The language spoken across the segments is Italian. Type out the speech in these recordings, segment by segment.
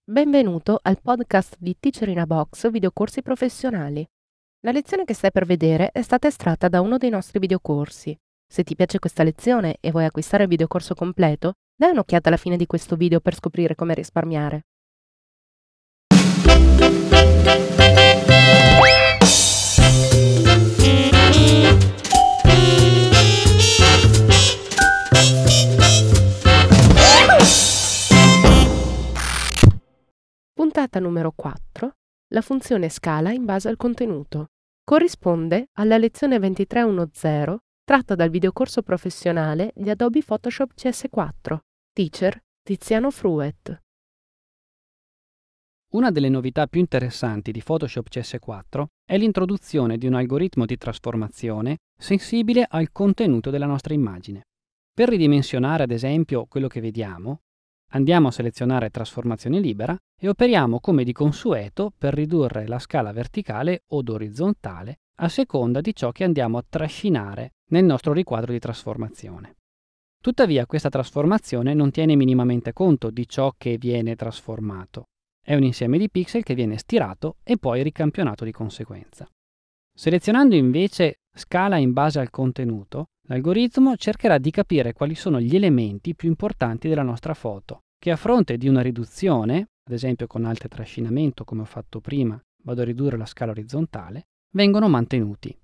Benvenuto al podcast di Teacher in a Box videocorsi professionali. La lezione che stai per vedere è stata estratta da uno dei nostri videocorsi. Se ti piace questa lezione e vuoi acquistare il videocorso completo, dai un'occhiata alla fine di questo video per scoprire come risparmiare. Puntata numero 4. La funzione scala in base al contenuto. Corrisponde alla lezione 2310 tratta dal videocorso professionale di Adobe Photoshop CS4. Teacher Tiziano Fruet. Una delle novità più interessanti di Photoshop CS4 è l'introduzione di un algoritmo di trasformazione sensibile al contenuto della nostra immagine. Per ridimensionare ad esempio quello che vediamo, andiamo a selezionare trasformazione libera e operiamo come di consueto per ridurre la scala verticale od orizzontale a seconda di ciò che andiamo a trascinare nel nostro riquadro di trasformazione. Tuttavia questa trasformazione non tiene minimamente conto di ciò che viene trasformato. È un insieme di pixel che viene stirato e poi ricampionato di conseguenza. Selezionando invece scala in base al contenuto, l'algoritmo cercherà di capire quali sono gli elementi più importanti della nostra foto, che a fronte di una riduzione, ad esempio con alto trascinamento come ho fatto prima, vado a ridurre la scala orizzontale, vengono mantenuti.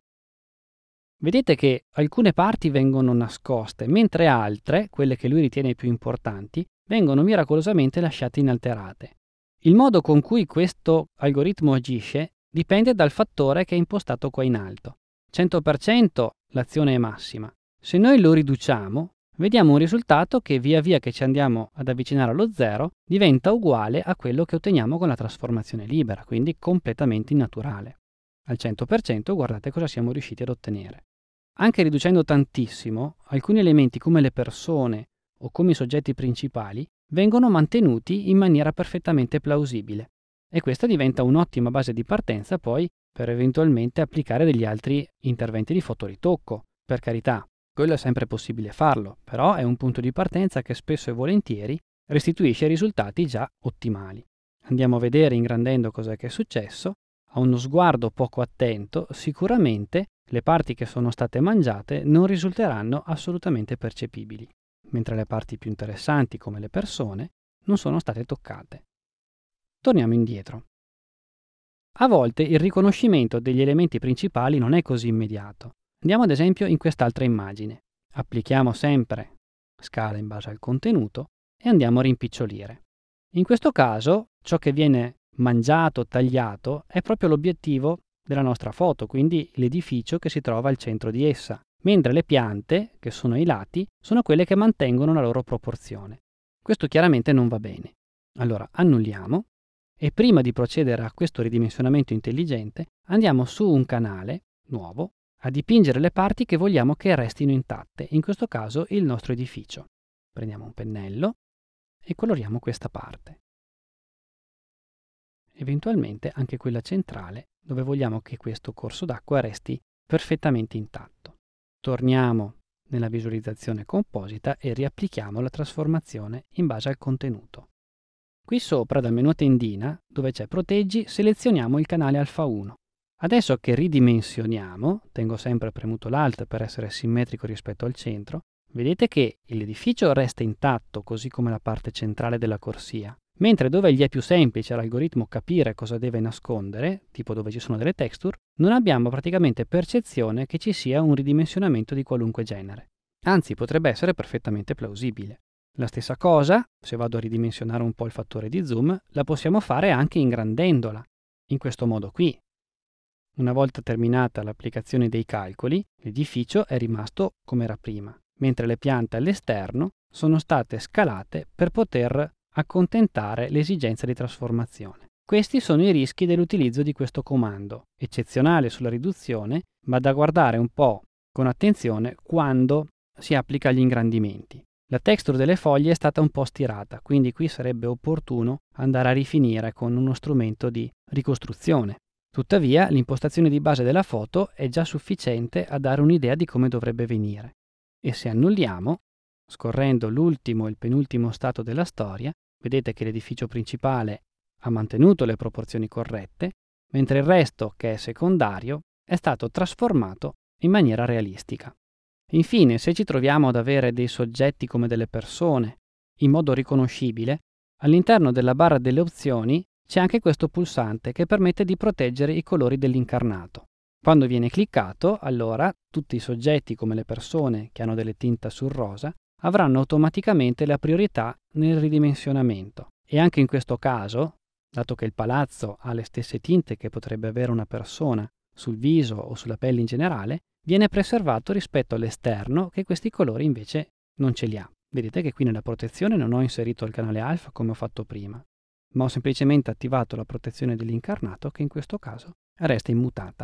Vedete che alcune parti vengono nascoste, mentre altre, quelle che lui ritiene più importanti, vengono miracolosamente lasciate inalterate. Il modo con cui questo algoritmo agisce dipende dal fattore che è impostato qua in alto. 100% l'azione è massima. Se noi lo riduciamo, vediamo un risultato che via via che ci andiamo ad avvicinare allo zero diventa uguale a quello che otteniamo con la trasformazione libera, quindi completamente innaturale. Al 100% guardate cosa siamo riusciti ad ottenere. Anche riducendo tantissimo, alcuni elementi come le persone o come i soggetti principali vengono mantenuti in maniera perfettamente plausibile e questa diventa un'ottima base di partenza poi per eventualmente applicare degli altri interventi di fotoritocco. Per carità, quello è sempre possibile farlo, però è un punto di partenza che spesso e volentieri restituisce risultati già ottimali. Andiamo a vedere ingrandendo cos'è che è successo. A uno sguardo poco attento, sicuramente le parti che sono state mangiate non risulteranno assolutamente percepibili, mentre le parti più interessanti, come le persone, non sono state toccate. Torniamo indietro. A volte il riconoscimento degli elementi principali non è così immediato. Andiamo ad esempio in quest'altra immagine. Applichiamo sempre scala in base al contenuto e andiamo a rimpicciolire. In questo caso, ciò che viene mangiato, tagliato, è proprio l'obiettivo della nostra foto, quindi l'edificio che si trova al centro di essa, mentre le piante, che sono ai lati, sono quelle che mantengono la loro proporzione. Questo chiaramente non va bene. Allora annulliamo e prima di procedere a questo ridimensionamento intelligente andiamo su un canale nuovo a dipingere le parti che vogliamo che restino intatte, in questo caso il nostro edificio. Prendiamo un pennello e coloriamo questa parte. Eventualmente anche quella centrale dove vogliamo che questo corso d'acqua resti perfettamente intatto. Torniamo nella visualizzazione composita e riapplichiamo la trasformazione in base al contenuto. Qui sopra dal menu tendina, dove c'è Proteggi, selezioniamo il canale alfa 1. Adesso che ridimensioniamo, tengo sempre premuto l'Alt per essere simmetrico rispetto al centro, vedete che l'edificio resta intatto così come la parte centrale della corsia, mentre dove gli è più semplice all'algoritmo capire cosa deve nascondere, tipo dove ci sono delle texture, non abbiamo praticamente percezione che ci sia un ridimensionamento di qualunque genere. Anzi, potrebbe essere perfettamente plausibile. La stessa cosa, se vado a ridimensionare un po' il fattore di zoom, la possiamo fare anche ingrandendola, in questo modo qui. Una volta terminata l'applicazione dei calcoli, l'edificio è rimasto come era prima, mentre le piante all'esterno sono state scalate per poter accontentare l'esigenza di trasformazione. Questi sono i rischi dell'utilizzo di questo comando, eccezionale sulla riduzione, ma da guardare un po' con attenzione quando si applica agli ingrandimenti. La texture delle foglie è stata un po' stirata, quindi qui sarebbe opportuno andare a rifinire con uno strumento di ricostruzione. Tuttavia, l'impostazione di base della foto è già sufficiente a dare un'idea di come dovrebbe venire. E se annulliamo, scorrendo l'ultimo e il penultimo stato della storia, vedete che l'edificio principale ha mantenuto le proporzioni corrette, mentre il resto, che è secondario, è stato trasformato in maniera realistica. Infine, se ci troviamo ad avere dei soggetti come delle persone, in modo riconoscibile, all'interno della barra delle opzioni c'è anche questo pulsante che permette di proteggere i colori dell'incarnato. Quando viene cliccato, allora tutti i soggetti come le persone che hanno delle tinta sul rosa avranno automaticamente la priorità nel ridimensionamento. E anche in questo caso, dato che il palazzo ha le stesse tinte che potrebbe avere una persona sul viso o sulla pelle in generale, viene preservato rispetto all'esterno che questi colori invece non ce li ha. Vedete che qui nella protezione non ho inserito il canale alfa come ho fatto prima, ma ho semplicemente attivato la protezione dell'incarnato che in questo caso resta immutata.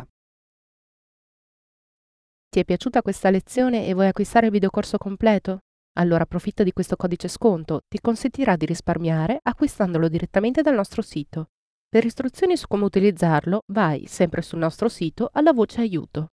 Ti è piaciuta questa lezione e vuoi acquistare il videocorso completo? Allora approfitta di questo codice sconto, ti consentirà di risparmiare acquistandolo direttamente dal nostro sito. Per istruzioni su come utilizzarlo, vai sempre sul nostro sito alla voce aiuto.